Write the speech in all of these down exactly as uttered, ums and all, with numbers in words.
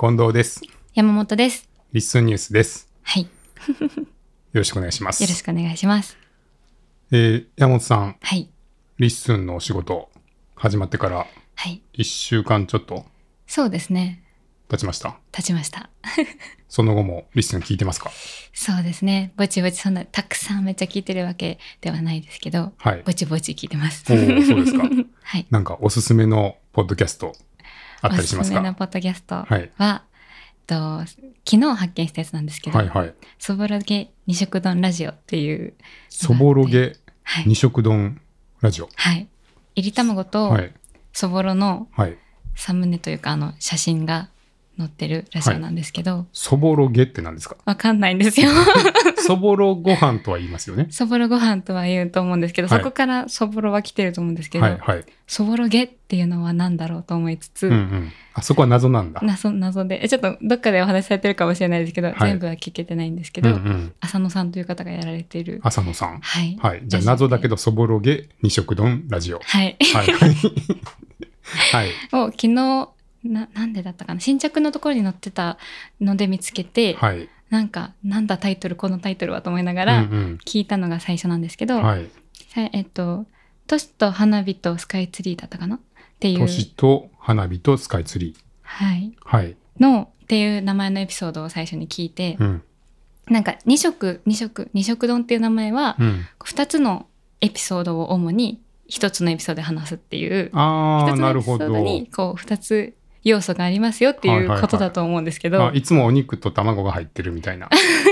近藤です。 山本です。 リッスンニュースです。 はい。よろしくお願いします。 ろしくお願いします。 えー、山本さん、 はい。 リッスンのお仕事始まってからはい。 いっしゅうかんちょっとそうですね。 経ちました。 経ちました。 その後もリッスン聞いてますか？ そうですね。ぼちぼちそんなたくさんめっちゃ聞いてるわけではないですけど、 はい。 ぼちぼち聞いてます。 おー、そうですか。 はい。 なんかおすすめのポッドキャストあったりしますか？ おすすめのポッドキャストは、 はいと昨日発見したやつなんですけど、 はいはい。 そぼろげ二色丼ラジオっていうそぼろげはい二色丼ラジオ。 はい。いり卵とはいそぼろのはい。 サムネというかあの写真が載ってるラジオなんですけど、 そぼろげって何ですか？ わかんないんですよ。 そぼろご飯とは言いますよね。 そぼろご飯とは言うと思うんですけど、 はいそこからそぼろは来てると思うんですけど、 はいはい。 そぼろげっていうのは何だろうと思いつつ、 うんうん。あそこは謎なんだ。 謎謎でえちょっとどっかでお話しされてるかもしれないですけど、 はい全部は聞けてないんですけうんど、 うん。 浅野さんという方がやられている、 浅野さん。 はい、 はい。じゃあ謎だけどそぼろげ二色丼ラジオ。 はいはいはい。はい。 を昨日ななんでだったかな、新着のところに載ってたので見つけて、 はい。 なんかなんだタイトルこのタイトルはと思いながうんらうん。 聞いたのが最初なんですけど、 はい。 さえっと都市と花火とスカイツリーだったかなっていう、 都市と花火とスカイツリー。 はい、 はい。 のっていう名前のエピソードを最初に聞いて、 うん。 なんかに色二色二色丼っていう名前はうん。 ふたつのエピソードを主にひとつのエピソードで話すっていうああ、 一つのエなるほど。 ピソードにこうふたつ要素がありますよっていうことだと思うんですけど、 あ、いつもお肉と卵が入ってるみたいな。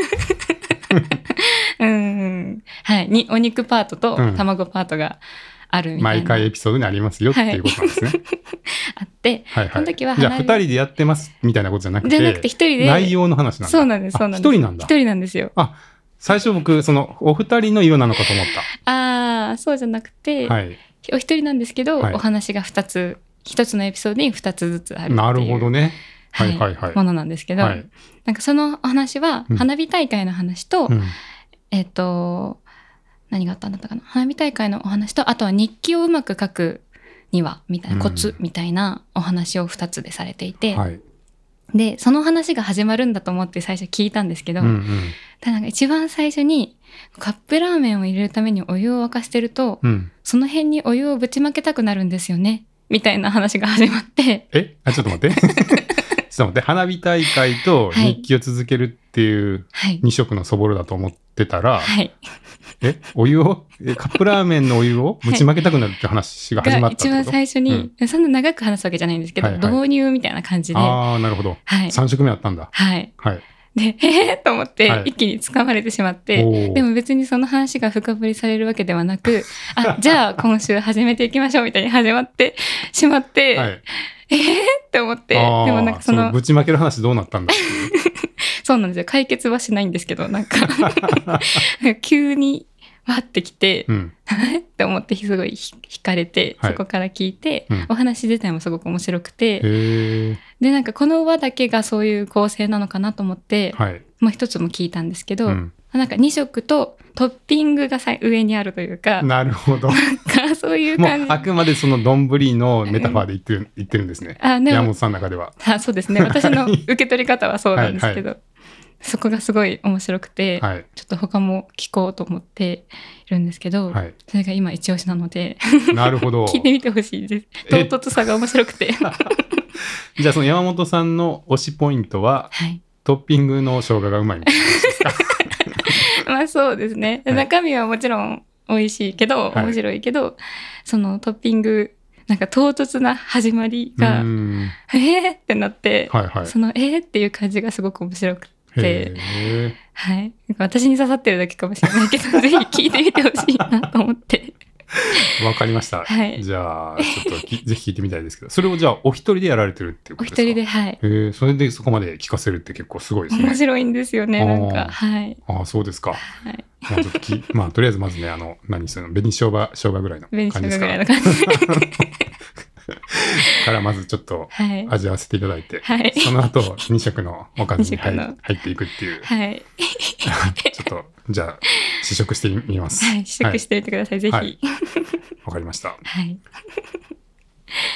うんうんはいにお肉パートとうん卵パートがあるみたいな、 毎回エピソードにありますよっていうことなんですね。 あってはいはい。 その時はじゃあ花火二人でやってますみたいなことじゃなくて、 じゃなくて一人で内容の話なんだ。 そうなんですそうなんですあ、一人なんだ。 一人なんですよ。 あ、最初僕そのお二人の色なのかと思っああそうじゃなくて、 た。はい。 お一人なんですけど、 はいお話がふたつひとつのエピソードにふたつずつあるっていうなるほどね。 ははいいはいはい。 ものなんですけど、 はい。 なんかそのお話はうん花火大会の話と、 うん。 えっ、と何があったんだったかな、花火大会のお話と、あとは日記をうまく書くにはみたいなコツみたいなお話をふたつでされていて、 はい。 でその話が始まるんだと思って最初聞いたんですけど、 うんうん。 ただなんか一番最初にカップラーメンを入れるためにお湯を沸かしてると、 うん。 その辺にお湯をぶちまけたくなるんですよねみたいな話が始まって、 えあ、ちょっと待って。ちょっと待って。花火大会と日記を続けるっていうはい二色のそぼろだと思ってたら、 はいえお湯をえカップラーメンのお湯をぶちまけたくなるって話が始まが一ったってこと？ 番最初に、そんな長く話すわけじゃないんですけど、 はいはい導入みたいな感じで、 ああ、なるほど。 はいさん色目あったんだ。 はいはい。 でへーと思って、 はい一気に掴まれてしまって、 おーでも別にその話が深掘りされるわけではなく、あじゃあ今週始めていきましょうみたいに始まってしまって、 はい。 えーって思って、 あーでもなんかそのぶちまける話どうなったんだっていう。 そうなんですよ、解決はしないんですけど、なんか急にわってきて、 うん。 って思ってすごいひ惹かれて、 はいそこから聞いて、 うんお話自体もすごく面白くて、 へえ。 でなんかこの輪だけがそういう構成なのかなと思って、 はい。 もう一つも聞いたんですけど、 うん。 なんかに色とトッピングがさ上にあるというか、 なるほど。もかそういうう感じ。 あくまでその丼のメタファーで言ってる言ってるんですね。 あでも山本さんの中では。 あそうですね、私の受け取り方はそうなんですけど、 はそこがすごい面白くて、 はい。 ちょっと他も聞こうと思っているんですけど、 はい。 それが今一押しなのでなるほど。 聞いてみてほしいです。 え唐突さが面白くてじゃあその山本さんの推しポイントは、 はいトッピングの生姜がうまいみたいな話ですか？ まあそうですね、 はい中身はもちろん美味しいけど、 はい面白いけど、そのトッピングなんか唐突な始まりうがーん。 えーってなって、 はいはい。 そのえーっていう感じがすごく面白くて、 へえ。 はい、なんか私に刺さってるだけかもしれないけどぜひ聞いてみてほしいなと思ってわかりました。 はいじゃあちょっときぜひ聞いてみたいですけど、それをじゃあお一人でやられてるっていうこおとですか？ 一人で、はいへえ、それでそこまで聞かせるって結構すごいですね。 面白いんですよね、なんあーかはいああ、そうですか。 はいまあ、ちょっときまあとりあえずまずね、あの何するの紅生姜生姜ぐらいの紅感じ生ですか姜ぐらいのら。 感じからまずちょっとはい味わわせていただいて、 はいその後に色のおかずに入二色の入っていくっていう、 はいちょっとじゃあ試食してみます。 はい試食してみてください、ぜひはいわかりました。 はい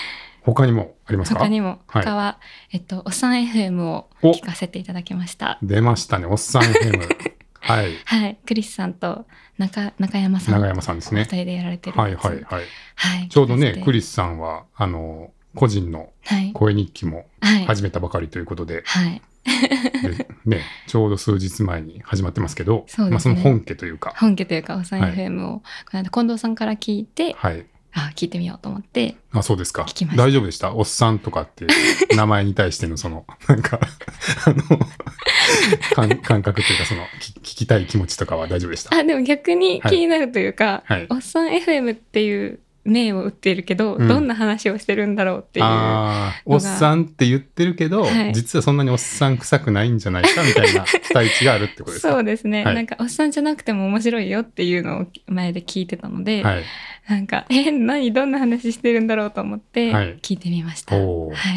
他にもありますか？ 他にも、 はい、 他は、えっと、おっさん エフエム を聞かせていただきました。 出ましたね、おっさん エフエム。はい。 はい。クリスさんと中中山さん。 永山さんですね。 お二人でやられてるはいはいはい。 はい。 ちょうどね、クリスさんは、あの、個人の声日記も始めたばかりということで、 はい。 でね、ちょうど数日前に始まってますけど、 そうですね、 まあ、その本家というか。 本家というか、おっさん エフエム を、この間近藤さんから聞いて、 はい。 あ、聞いてみようと思って。 あ、そうですか。 聞きました。 大丈夫でした？おっさんとかっていう名前に対してのその、なんか、あの、感, 感覚というか、その聞、聞きたい気持ちとかは大丈夫でした？ あ、でも逆に気になるというか、はいはい、おっさん エフエム っていう銘を打っているけど、うん、どんな話をしてるんだろうっていう。ああ、おっさんって言ってるけど、はい、実はそんなにおっさん臭くないんじゃないかみたいな期待値があるってことですか？ そうですね、はい。なんか、おっさんじゃなくても面白いよっていうのを前で聞いてたので、はい、なんか、え、何、どんな話してるんだろうと思って聞いてみました。はい。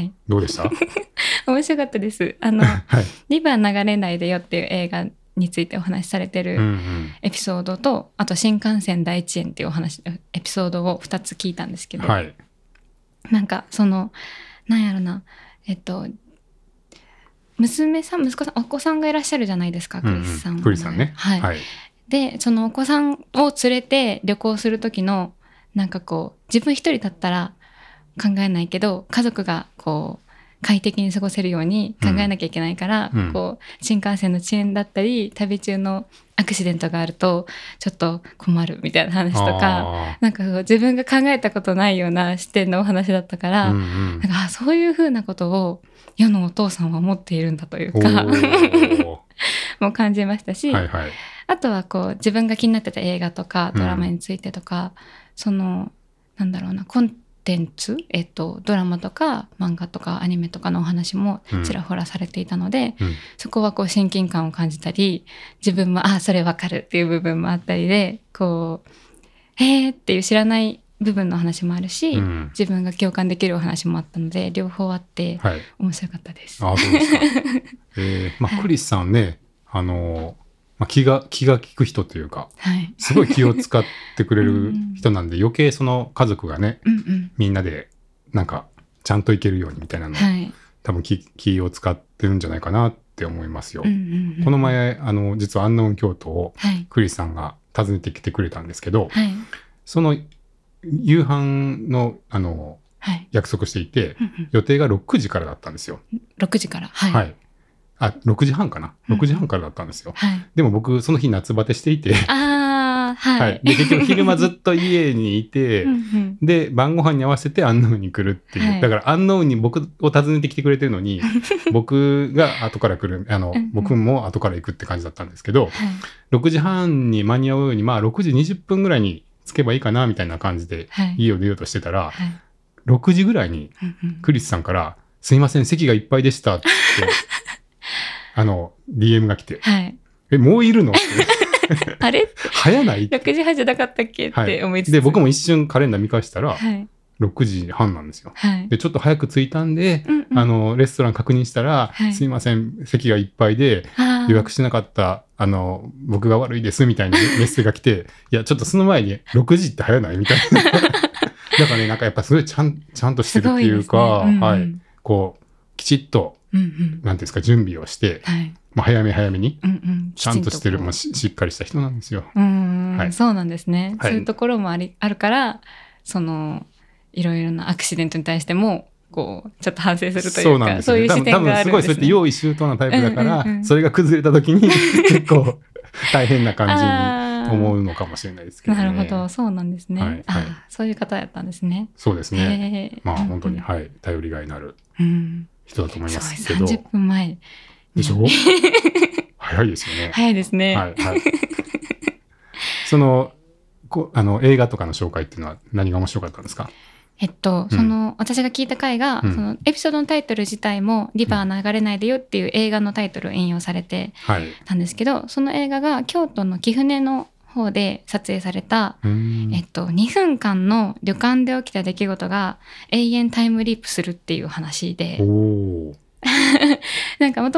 どうでした？ 面白かったです。あの、はい、リバー流れないでよっていう映画についてお話しされてるエピソードと、うんうん、あと新幹線第一円っていうお話エピソードをふたつ聞いたんですけど、はい、なんかそのなんやろなえっと娘さん息子さんお子さんがいらっしゃるじゃないですか、クリスさん、うんうん、 クリスさんね、 はい、はい、でそのお子さんを連れて旅行する時のなんかこう自分一人だったら考えないけど家族がこう快適に過ごせるように考えなきゃいけないから、うん、こう新幹線の遅延だったり旅中のアクシデントがあるとちょっと困るみたいな話とか、なんか自分が考えたことないような視点のお話だったから、うんうん、なんかそういうふうなことを世のお父さんは思っているんだというかもう感じましたし、はいはい、あとはこう自分が気になってた映画とかドラマについてとか、うん、そのなんだろうなコンテンツ、えっと、ドラマとか漫画とかアニメとかのお話もちらほらされていたので、うん、そこはこう親近感を感じたり自分もあそれわかるっていう部分もあったりでこうへーっていう知らない部分の話もあるし、うん、自分が共感できるお話もあったので両方あって面白かったです。 はい、あそうですか、えーまあ、クリスさんね、あのーまあ、気が気が利く人というか、はい、すごい気を使ってくれる人なんで余計その家族がね、うんうん、みんなでなんかちゃんといけるようにみたいなの、はい、多分 気, 気を使ってるんじゃないかなって思いますよ、うんうんうん、この前あの実はアンノウン京都をクリスさんが訪ねてきてくれたんですけど、はい、その夕飯のあの、はい、約束していて、うんうん、予定がろくじからだったんですよ。 ろくじからはい、はいあ、ろくじはんかな、うん、ろくじはんからだったんですよ、はい、でも僕その日夏バテしていてあ、はいはい、 で結局昼間ずっと家にいてうん、うん、で晩ご飯に合わせてアンノウンに来るっていう、はい、だからアンノウンに僕を訪ねてきてくれてるのに僕が後から来るあの、うんうん、僕も後から行くって感じだったんですけど、はい、ろくじはんに間に合うようにまあろくじにじゅっぷんぐらいに着けばいいかなみたいな感じで家を出ようとしてたら、はい、ろくじぐらいにクリスさんから、うんうん、すいません席がいっぱいでしたってあの ディーエム が来て、はい、えもういるのってあれ早ない？ ろくじはんじゃなかったっけって思いつつ、 はい、で僕も一瞬カレンダー見返したら、はい、ろくじはんなんですよ、はい、でちょっと早く着いたんで、うんうん、あのレストラン確認したら、はい、すいません席がいっぱいで予約しなかったあの僕が悪いですみたいなメッセージが来ていやちょっとその前にろくじって早ないみたいなだからねなんかやっぱすごいちゃんちゃんとしてるっていうか、ねうんうんはい、こうきちっとうんうん、なんていうんですか準備をして、はいまあ、早め早めに、うんうん、ちゃんとしてる、まあ、し, しっかりした人なんですよ。 うん、はい、そうなんですね、はい、そういうところもありあるからそのいろいろなアクシデントに対してもこうちょっと反省するというかそうなんです、ね、そういう視点があるんですね。多分すごいそうやって用意周到なタイプだから、うんうんうん、それが崩れた時に結構大変な感じに思うのかもしれないですけどね。 なるほどそうなんですね、はいはい、あそういう方やったんですね。 そうですねまあ本当に、うんうんはい、頼りがいのある、うん人だと思いますけど。 さんじゅっぷんまえでしょ早いですよね。 早いですね。 はいはい。そのこあの映画とかの紹介っていうのは何が面白かったんですか？ えっと、うん、その私が聞いた回が、うん、そのエピソードのタイトル自体もリバー流れないでよっていう映画のタイトルを引用されてたんですけど、はい、その映画が京都の貴船の方で撮影された、えっと、にふんかんの旅館で起きた出来事が永遠タイムリープするっていう話でなんかもとも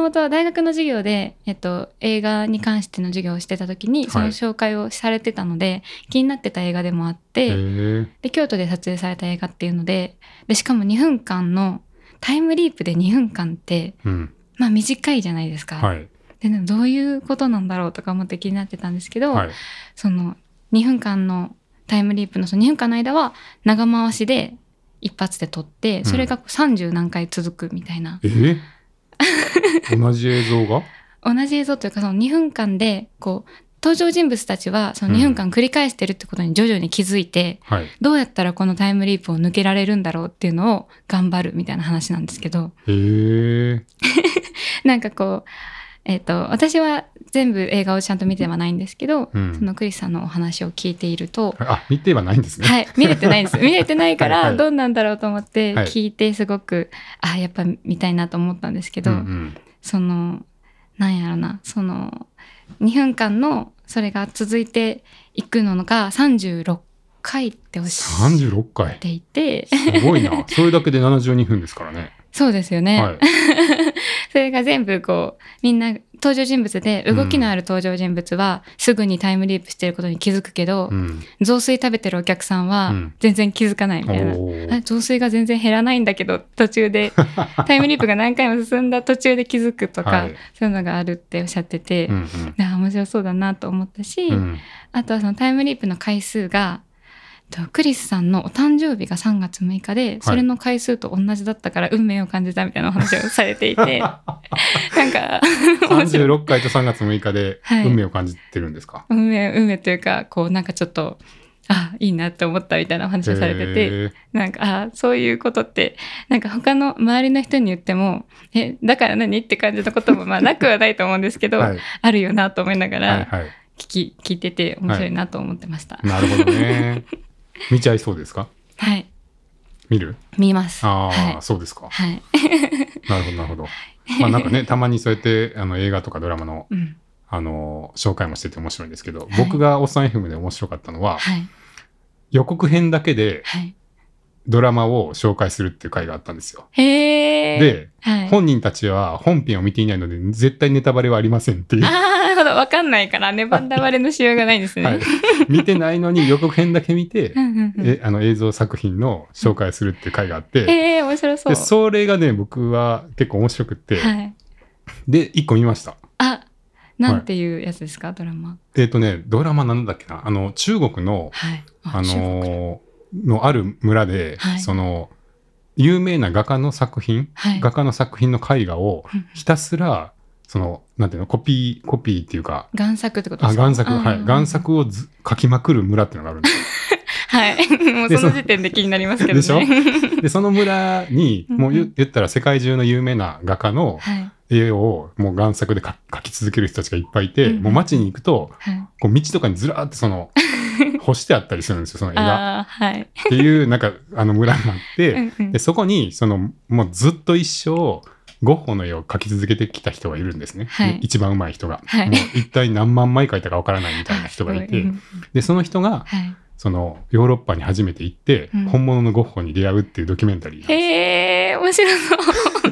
もと大学の授業で、えっと、映画に関しての授業をしてた時にその紹介をされてたので、はい、気になってた映画でもあって、で京都で撮影された映画っていうので、でしかもにふんかんのタイムリープでにふんかんって、うん、まあ短いじゃないですか、はい、でどういうことなんだろうとか思って気になってたんですけど、はい、そのにふんかんのタイムリープのそのにふんかんの間は長回しで一発で撮って、それがさんじゅう何回続くみたいな、 うん、え同じ映像が同じ映像というかそのにふんかんでこう登場人物たちはそのにふんかん繰り返してるってことに徐々に気づいて、うんはい、どうやったらこのタイムリープを抜けられるんだろうっていうのを頑張るみたいな話なんですけど、 へーなんかこうえーと、私は全部映画をちゃんと見てはないんですけど、うん、そのクリスさんのお話を聞いていると、 あ、見てはないんですね。 はい、見れてないんです。見れてないからどうなんだろうと思って聞いてすごく、はい、あ、やっぱ見たいなと思ったんですけど、うんうん、そのなんやろな、そのにふんかんのそれが続いていくのがさんじゅうろっかいっておっしゃっていて、 すごいな。それだけでななじゅうにふんですからね。 そうですよね、はい、それが全部こうみんな登場人物で動きのある登場人物はすぐにタイムリープしてることに気づくけど、うん、雑炊食べてるお客さんは全然気づかないみたいな、うん、あ、雑炊が全然減らないんだけど途中でタイムリープが何回も進んだ途中で気づくとか、はい、そういうのがあるっておっしゃってて、うんうん、あ、面白そうだなと思ったし、うん、あとはそのタイムリープの回数がクリスさんのお誕生日がさんがつむいかで、それの回数と同じだったから運命を感じたみたいなお話をされていてなんかさんじゅうろっかいとさんがつむいかで運命を感じてるんですか？ はい、運命、運命というかこうなんかちょっとあ、いいなって思ったみたいなお話をされてて、なんかあ、そういうことってなんか他の周りの人に言ってもえだから何って感じのこともまあなくはないと思うんですけど、はい、あるよなと思いながら、はいはい、聞き聞いてて面白いなと思ってました、はい、なるほどね見ちゃいそうですか？ はい。 見る？ 見ます。 ああ、 はい、 そうですか。 はい。 なるほどなるほど。まあなんかね、たまにそうやってあの映画とかドラマの、うん、あの紹介もしてて面白いんですけど、はい、僕がおっさん エフエム で面白かったのは、はい、予告編だけでドラマを紹介するっていう回があったんですよ。 へー。 で、はい、本人たちは本編を見ていないので絶対ネタバレはありませんっていう。 ああ、なるほど、分かんないからネタバレのしようがないんですね。はい、 見てないのに予告編だけ見てえあの映像作品の紹介するっていう回があって、 えー、面白そう。 でそれがね僕は結構面白くって、はい、でいっこ見ました。 あ、なんていうやつですか、はい、ドラマ。 えっ、ー、とねドラマなんだっけな、あの中国の、はい、あ、あののある村で、はい、その有名な画家の作品、はい、画家の作品の絵画をひたすらそのなんていうのコピーコピーっていうか贋作ってことですか？ あ、贋作、はい、贋作をず描きまくる村っていうのがあるんですよ。 はい、もうその時点で気になりますけどね。でしょ？ でその村にもう 言, 言ったら世界中の有名な画家の絵をもう贋作で描き続ける人たちがいっぱいいて、うん、もう街に行くと、はい、こう道とかにずらーってその干してあったりするんですよ、その絵が。はい、っていうなんかあの村があってうん、うん、でそこにそのもうずっと一生ゴッホの絵を描き続けてきた人がいるんですね、はい、一番上手い人が、はい、もう一体何万枚描いたかわからないみたいな人がいてでその人が、はい、そのヨーロッパに初めて行って、うん、本物のゴッホに出会うっていうドキュメンタリーなんです。 へー、面白そう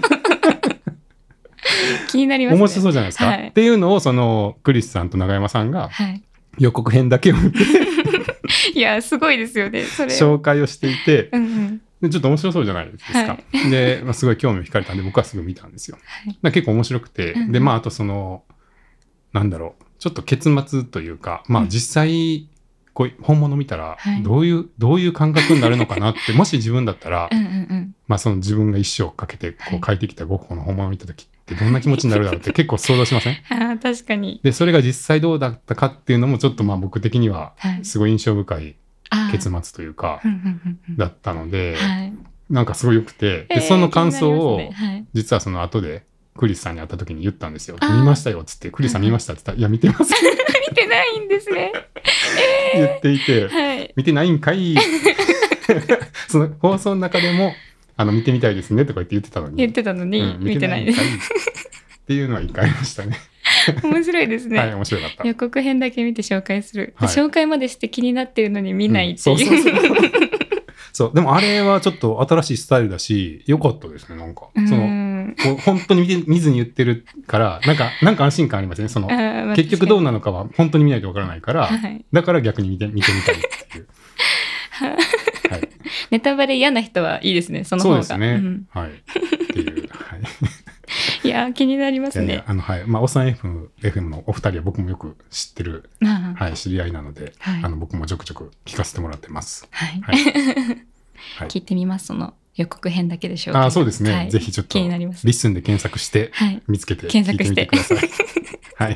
気になりますね。 面白そうじゃないですか、はい、っていうのをそのクリスさんと永山さんが予告編だけを見ていやすごいですよねそれ紹介をしていて、うんうん、でちょっと面白そうじゃないですか、はい、で、まあ、すごい興味を惹かれたんで僕はすぐ見たんですよ、はい、結構面白くて、うんうん、でまああとそのなんだろうちょっと結末というかまあ実際こう本物見たらどういう、はい、どういう感覚になるのかなってもし自分だったらうんうん、うん、まあその自分が一生かけてこう描いてきたゴッホの本物を見た時ってどんな気持ちになるだろうって結構想像しません？ あ、確かに。 でそれが実際どうだったかっていうのもちょっとまあ僕的にはすごい印象深い結末というかだったので、はい、なんかすごい良くてでその感想を実はその後でクリスさんに会った時に言ったんですよ。見ましたよっつってクリスさん見ましたって言ったらいや見てます見てないんですね、 えー、言っていて、はい、見てないんかいその放送の中でもあの見てみたいですねとか言って言ってたのに言ってたのに、うん、見てないですっていうのは一回ありましたね面白いですね。 はい、面白かった。 予告編だけ見て紹介する、はい、紹介までして気になってるのに見ないっていう、うん、 そうそうそうそうでもあれはちょっと新しいスタイルだし良かったですね。なんかそのうんこう本当に見て見ずに言ってるからなんかなんか安心感ありますね。その結局どうなのかは本当に見ないとわからないから、はい、だから逆に見て見てみたいっていう。 はい、ネタバレ嫌な人はいいですね、その方が。 そうですね、うん、はいっていう、はい、 いや気になりますね。いやいやあの、はい、まあおっさん エフエム のお二人は僕もよく知ってる、はい、知り合いなので、はい、あの僕もちょくちょく聞かせてもらってます。はい、はいはい、聞いてみます。その予告編だけでしょうか。 あ、そうですね、はい、ぜひちょっと気になります。 リッスンで検索して見つけて聞いてみてください。はい。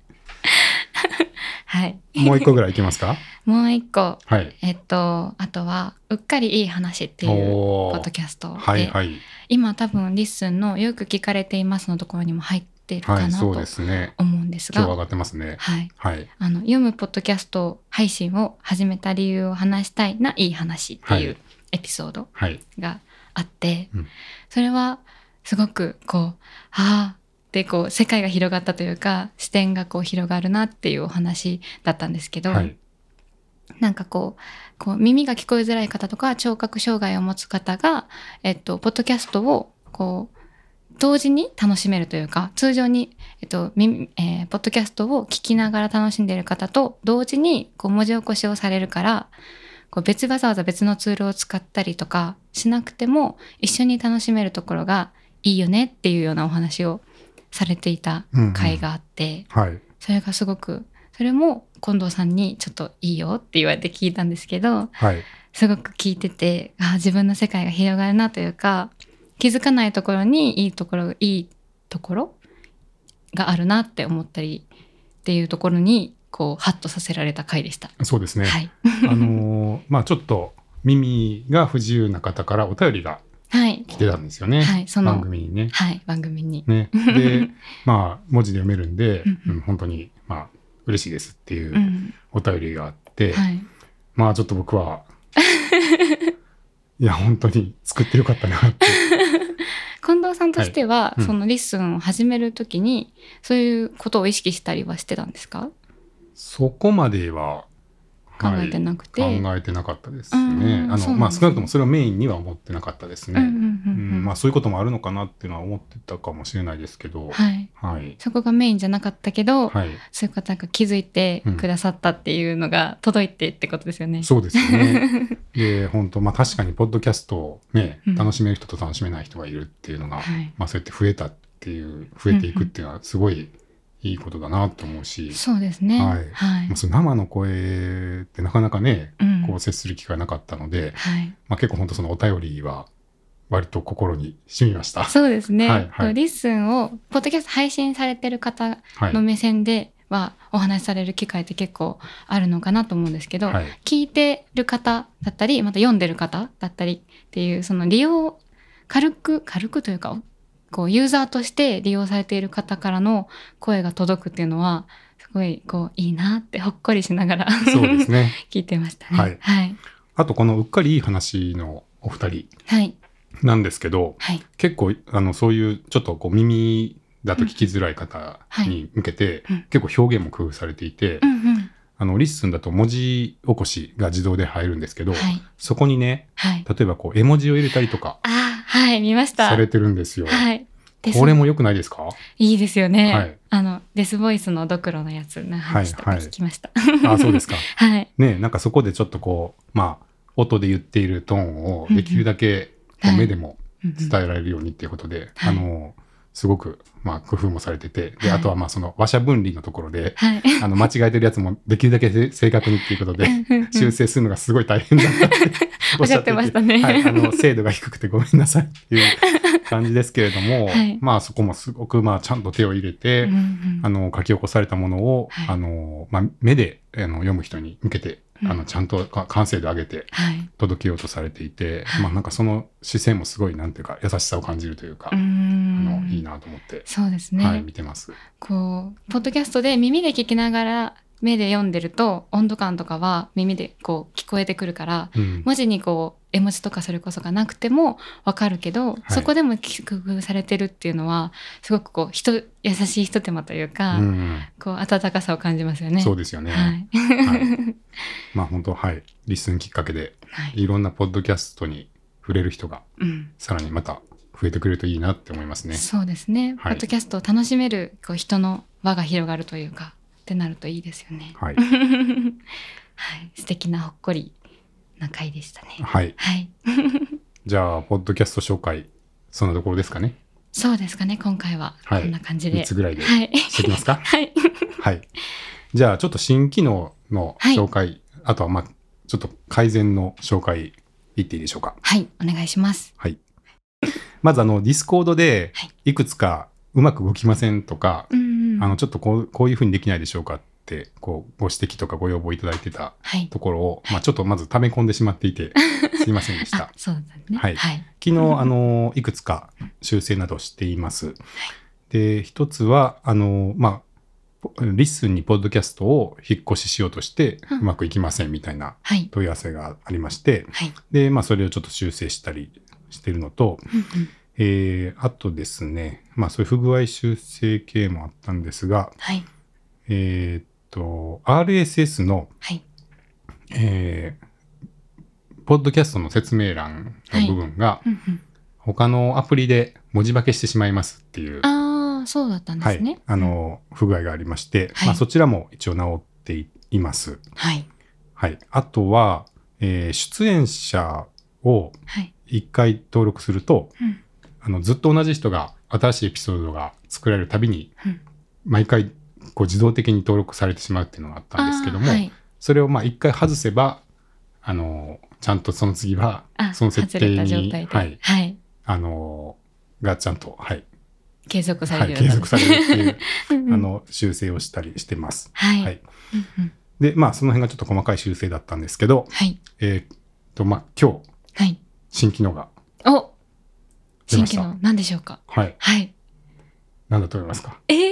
はい。 もう一個ぐらいいきますか。 もう一個、 はい、 えっとあとはうっかりいい話っていうポッドキャストで、 はいはい、 今多分リッスンのよく聞かれていますのところにも入っているかな、はい、と思うんですが、 今日上がってますね。 はいはい、 あの読むポッドキャスト配信を始めた理由を話したいないい話っていうエピソードがあって、はいうん、それはすごくこうああでこう世界が広がったというか視点がこう広がるなっていうお話だったんですけど、はい、なんかこう、こう耳が聞こえづらい方とか聴覚障害を持つ方が、えっと、ポッドキャストをこう同時に楽しめるというか、通常に、えっと耳えー、ポッドキャストを聞きながら楽しんでいる方と同時にこう文字起こしをされるから、こう別わざわざ別のツールを使ったりとかしなくても一緒に楽しめるところがいいよねっていうようなお話をされていた回があって、 うんうんはい、 それがすごくそれも近藤さんにちょっといいよって言われて聞いたんですけど、 はい、 すごく聞いててあ自分の世界が広がるなというか、気づかないところにいいところいいところがあるなって思ったりっていうところにこうハッとさせられた回でした。 そうですね、 はい、 あのー、まあちょっと耳が不自由な方からお便りが来てたんですよね、 はい、その番組にね、 はい、番組に、 ね、でまあ文字で読めるんで、うん、本当にまあ嬉しいですっていうお便りがあって、うんはい、まあちょっと僕はいや本当に作ってよかったなって近藤さんとしては、はいうん、そのリッスンを始めるときにそういうことを意識したりはしてたんですか？ そこまでは考えてなくて、 はい、考えてなかったですね。あのまあ少なくともそれをメインには思ってなかったですね。まあそういうこともあるのかなっていうのは思ってたかもしれないですけど、 はいはい、 そこがメインじゃなかったけど、はい、そういう方が気づいてくださったっていうのが届いてってことですよね。 うん、そうですよね。で本当まあ確かにポッドキャストをね楽しめる人と楽しめない人がいるっていうのが、うん、まあそうやって増えたっていう増えていくっていうのはすごい、うんいいことだなと思うし、 そうですね、 はいはい、その生の声ってなかなかね、うん、こう接する機会なかったので、はいまあ、結構本当そのお便りは割と心に染みました。 そうですね、はいはい、リッスンをポッドキャスト配信されてる方の目線ではお話しされる機会って結構あるのかなと思うんですけど、はい、聞いてる方だったりまた読んでる方だったりっていうその利用軽く軽くというかこうユーザーとして利用されている方からの声が届くっていうのはすごいこういいなってほっこりしながらそうですね聞いてましたね。 はいはい、あとこのうっかりいい話のお二人なんですけど、はい、結構あのそういうちょっとこう耳だと聞きづらい方に向けて、うんはい、結構表現も工夫されていて、うんうん、あのリッスンだと文字起こしが自動で入るんですけど、はい、そこにね、はい、例えばこう絵文字を入れたりとかはい見ましたされてるんですよ。 はい、 これも良くないですか？ いいですよね。はい、あのデスボイスのドクロのやつの話とか聞きました。 はいはい、あ、そうですか。 はい。 ね、なんかそこでちょっとこうまあ音で言っているトーンをできるだけこう目でも伝えられるようにっていうことで、はい、あのすごくまあ工夫もされてて、で、はい、あとはまあその話者分離のところで、はい、あの間違えてるやつもできるだけ正確にっていうことで修正するのがすごい大変だったっておっしゃってましたね。 はい、あの精度が低くてごめんなさいっていう感じですけれども、はい、まあそこもすごくまあちゃんと手を入れて、うんうん、あの書き起こされたものを、はい、あのまあ、目であの読む人に向けて、うん、あのちゃんと完成度上げて届けようとされていて、はい、まあなんかその姿勢もすごいなんていうか優しさを感じるというか、うーんあのいいなと思ってそうですね、 はい、見てます。 こうポッドキャストで耳で聞きながら目で読んでると温度感とかは耳でこう聞こえてくるから、うん、文字にこう絵文字とかそれこそがなくても分かるけど、はい、そこでも工夫されてるっていうのはすごくこう人優しいひと手間というか、うん、こう温かさを感じますよね。 そうですよね、はいはい、まあ本当はいリスンきっかけで、はい、いろんなポッドキャストに触れる人が、うん、さらにまた増えてくれるといいなって思いますね。 そうですね。 はい、 ポッドキャストを楽しめるこう人の輪が広がるというかってなるといいですよね。 はい。 はい、素敵なほっこりな回でしたね。 はい。 はい。 じゃあポッドキャスト紹介そんなところですかね。 そうですかね。今回はこんな感じで、 はい、みっつぐらいではいしてきますか。 はい。 はい。じゃあちょっと新機能の紹介、はい、あとはまあちょっと改善の紹介言っていいでしょうか。 はい、お願いします。 はい。まずあのディスコードでいくつかうまく動きませんとか、はい、あのちょっとこう、こういうふうにできないでしょうかってこうご指摘とかご要望いただいてたところを、はい、まあ、ちょっとまず溜め込んでしまっていてすいませんでした。 そうだね。 はい。はい、昨日あのいくつか修正などしています。はい、で一つはあのまあリッスンにポッドキャストを引っ越ししようとしてうまくいきませんみたいな問い合わせがありまして、はい、でまあそれをちょっと修正したりしてるのと、えー、あとですね、まあそういう不具合修正系もあったんですが、はい、えっと アールエスエス の、はい、えー、ポッドキャストの説明欄の部分が、はい、他のアプリで文字化けしてしまいますっていう、 ああそうだったんですね、 はい、あの不具合がありまして、はい、まあ、そちらも一応直っています。はい、はい、あとは、えー、出演者をいっかい登録すると、はい、うん、あのずっと同じ人が新しいエピソードが作られるたびに、うん、毎回こう自動的に登録されてしまうっていうのがあったんですけども、はい、それをまあいっかい外せばあのちゃんとその次はその設定に、はいはい、あのがちゃんと、はい、 継続されるように、はい、継続されるっていうあの修正をしたりしてます。はいはい、うんうん、でまあその辺がちょっと細かい修正だったんですけど、はい、えー、っとまあ今日、はい、新機能がお新機能何でしょうか。 はい。 はい。 何だと思いますか。 え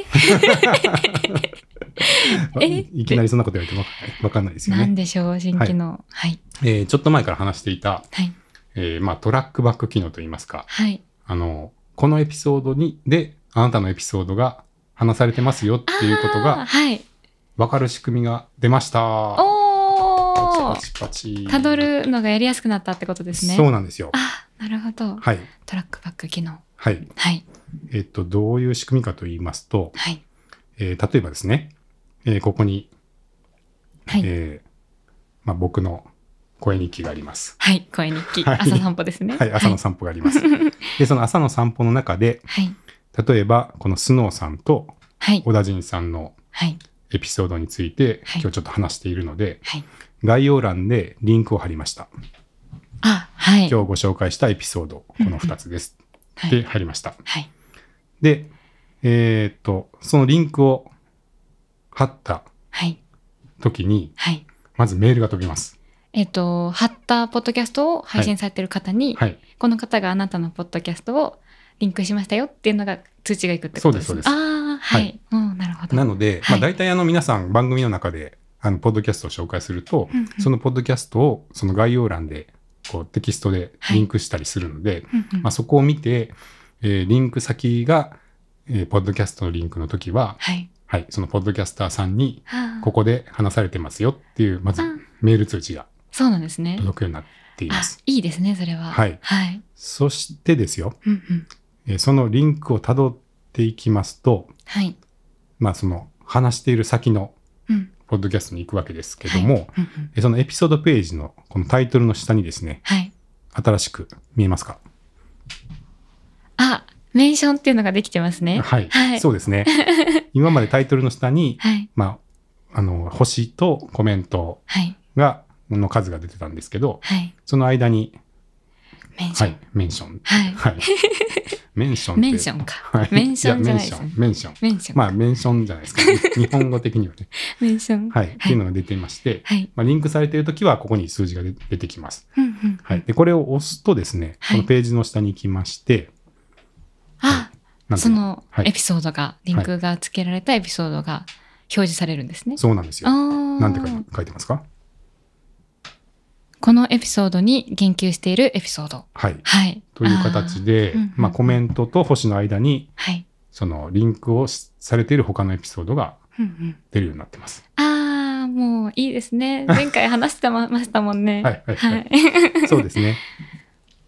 えいきなりそんなこと言われてわかんないですよね。 何でしょう新機能。はい。はい、 えー、ちょっと前から話していた、はい、えー、まあトラックバック機能といいますか。はい。あのこのエピソードにであなたのエピソードが話されてますよっていうことが分かる仕組みが出ました。 おパチパチパチ。 たどるのがやりやすくなったってことですね。 そうなんですよ。 あ、なるほど。 はい。 トラックバック機能。 はい。はい。えっと、どういう仕組みかと言いますと、はい。えー、例えばですね、えー、ここに、はい。えー、まあ、僕の声日記があります。 はい、声日記。はい、朝散歩ですね。 はい、朝の散歩があります。はい、で、その朝の散歩の中で、はい。例えば、このスノーさんと、はい。小田陣さんの、はい。エピソードについて、はい、今日ちょっと話しているので、はい。概要欄でリンクを貼りました。 あ、はい。 今日ご紹介したエピソード、このふたつです。うんうん、で、貼りました。はい。で、えー、っと、そのリンクを貼った時に、はい、まずメールが飛びます。 えー、っと、貼ったポッドキャストを配信されている方に、はいはい、この方があなたのポッドキャストをリンクしましたよっていうのが通知がいくってことですね。そうです、そうです。ああ、はい。はい、なるほど。 なので、はい、まあ、大体あの皆さん番組の中であのポッドキャストを紹介すると、うんうん、そのポッドキャストをその概要欄でこうテキストでリンクしたりするので、はい、まあ、そこを見て、えー、リンク先が、えー、ポッドキャストのリンクの時は、はいはい、そのポッドキャスターさんにここで話されてますよっていうまずメール通知がそうなんですね。 届くようになっています。 いいですねそれは。 はい。はい、そしてですよ、うんうんえー、そのリンクをたどっていきますと、はい、まあその話している先のポッドキャストに行くわけですけども、はいうんうん、そのエピソードページのこのタイトルの下にですね、はい、新しく見えますか？ あ、メンションっていうのができてますね。 はい、はい、そうですね。今までタイトルの下に、はい、まあ、あの星とコメントが、はい、の数が出てたんですけど、はい、その間にメンション、 はい、メンション、はいはい、メンションってメンションか、はい、メンションじゃないですね。 メンション、メンション、まあメンションじゃないですか、ね、日本語的にはね。 メンション、 はい、はい、っていうのが出ていまして、はい、まあ、リンクされているときはここに数字が出てきます。うんうんうん、はい、でこれを押すとですね、このページの下に行きまして、 はい、あ、そのエピソードが、はい、リンクが付けられたエピソードが表示されるんですね。 そうなんですよ。なんて書いてますか？ このエピソードに言及しているエピソード。はい。はい、 という形で、あ、まあ、コメントと星の間に、はい、そのリンクをされている他のエピソードが出るようになってます。 うんうん、ああ、もういいですね。前回話してましたもんね。 はいはいはい。はい、そうですね。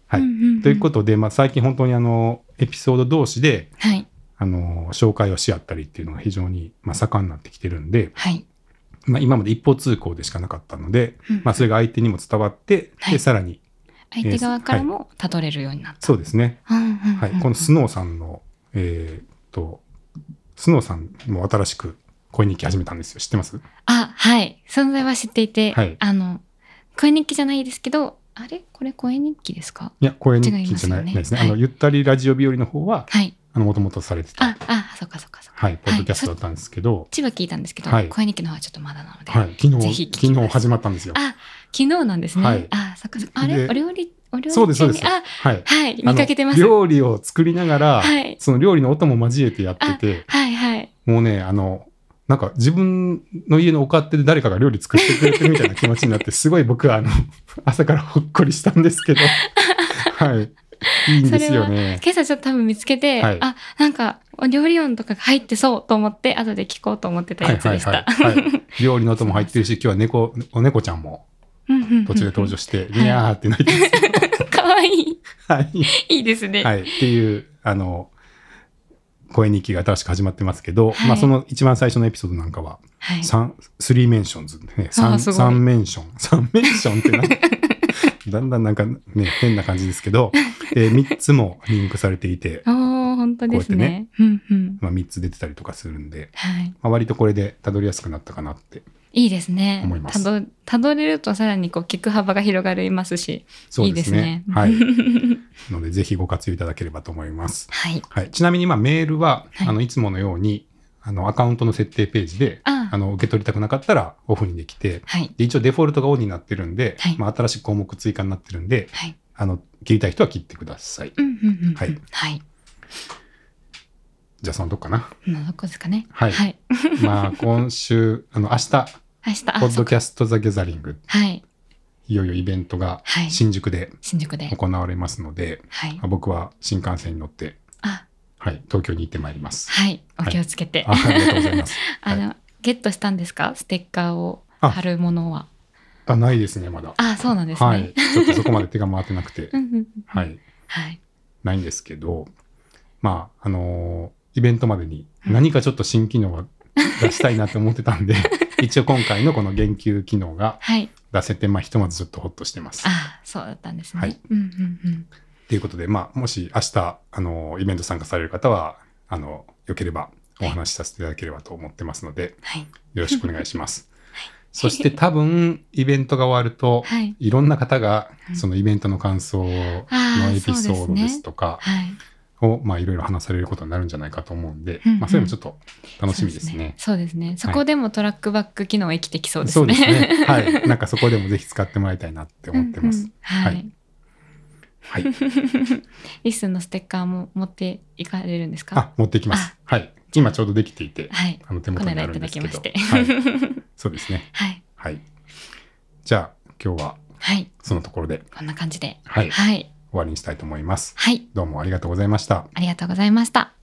はい、うんうんうん、ということで、まあ、最近本当にあのエピソード同士で、はい、あの紹介をし合ったりっていうのが非常に、まあ、盛んになってきてるんで、はい、まあ、今まで一方通行でしかなかったので、うんうん、まあ、それが相手にも伝わって、はい、でさらに相手側からもたどれるようになった、 えー、そうですね、うんうんうんうん、はい、このスノーさんの、えー、とスノーさんも新しく声日記始めたんですよ。知ってます？ あ、はい、存在は知っていて、はい、あの声日記じゃないですけど、あれこれ声日記ですか？ いや、声日記じゃないですね。はい、あのゆったりラジオ日和の方は、はい、あのもともとされてた、 ああ、そっかそっかそっか、 はい、ポッドキャストだったんですけど、はい、 そっちは聞いたんですけど、はい、声日記の方はちょっとまだなので、 はい、昨日ぜひ昨日始まったんですよ。 あ、昨日なんですね。はい、あ、そっかそっか、あれお料理お料理そうですそうです。 あ、はい、はい、見かけてます。 料理を作りながら、はい、その料理の音も交えてやってて、 はいはい、 もうね、あのなんか自分の家のお勝手で誰かが料理作ってくれてるみたいな気持ちになってすごい僕はあの朝からほっこりしたんですけどはいいいんですよね。 今朝ちょっと多分見つけて、はい、あ、なんかお料理音とかが入ってそうと思って後で聞こうと思ってたやつでした。はいはいはいはい、料理の音も入ってるし今日は猫お猫ちゃんも途中で登場してニャーって泣いてるんですよ。 かわいい。 はい。 いいですね。 はい。っていうあの声日記が新しく始まってますけど、はい、まあその一番最初のエピソードなんかは、はい、3, 3メンションズね、3, 3メンション、3メンションってなだんだんなんかね変な感じですけど、えー、みっつもリンクされていて、 おー本当ですね。 こうやってね、うんうんまあ、みっつ出てたりとかするんで、はいまあ、割とこれでたどりやすくなったかなっていいですね。 思います。 たど、たどれるとさらにこう聞く幅が広がりますし、 そうですね。 いいですね。 はい。のでぜひご活用いただければと思います。 はい。 はい、ちなみにまあメールは、はい、あのいつものようにあのアカウントの設定ページでああの受け取りたくなかったらオフにできて、はい、で一応デフォルトがオンになってるんで、はいまあ、新しい項目追加になってるんで、はい、あの切りたい人は切ってください。うんうんうん、はい。はい。じゃあそのとこかな。 どこですかね。 はい。はい、まあ今週あの明日。 明日、ポッドキャストザギャザリング、 はい、 いよいよイベントが新宿で行われますので、はい、僕は新幹線に乗って、あはい、東京に行ってまいります。 はい、お気をつけて。 はい、あ, ありがとうございます。 あの、はい、ゲットしたんですか？ステッカーを貼るものは。 あ、あないですねまだ。 あ、そうなんですね。 はい、ちょっとそこまで手が回ってなくて、はい、はい、ないんですけど、まああのー、イベントまでに何かちょっと新機能が出したいなと思ってたんで。一応今回のこの言及機能が出せて、はい、まあひとまずちょっとホッとしてます。 ああ、そうだったんですね。はい。 うんうんうん。ということで、まあもし明日あのイベント参加される方はあのよければお話しさせていただければと思ってますので、はい、よろしくお願いします。はい、そして多分イベントが終わると、はい、いろんな方がそのイベントの感想のエピソードですとか。をまあいろいろ話されることになるんじゃないかと思うんで、うんうんまあ、それもちょっと楽しみですね。 そうですね。そこでもトラックバック機能生きてきそうですね。 そうですね。はい。なんかそこでもぜひ使ってもらいたいなって思ってます。うんうん、はい。はい。リッスンのステッカーも持っていかれるんですか？ あ、持ってきます。はい。今ちょうどできていて、はい、あの手元にあるんですけど。はい。そうですね。はい。はい。じゃあ今日はそのところで、 こんな感じで、 はい。はい。終わりにしたいと思います。 はい。 どうもありがとうございました。 ありがとうございました。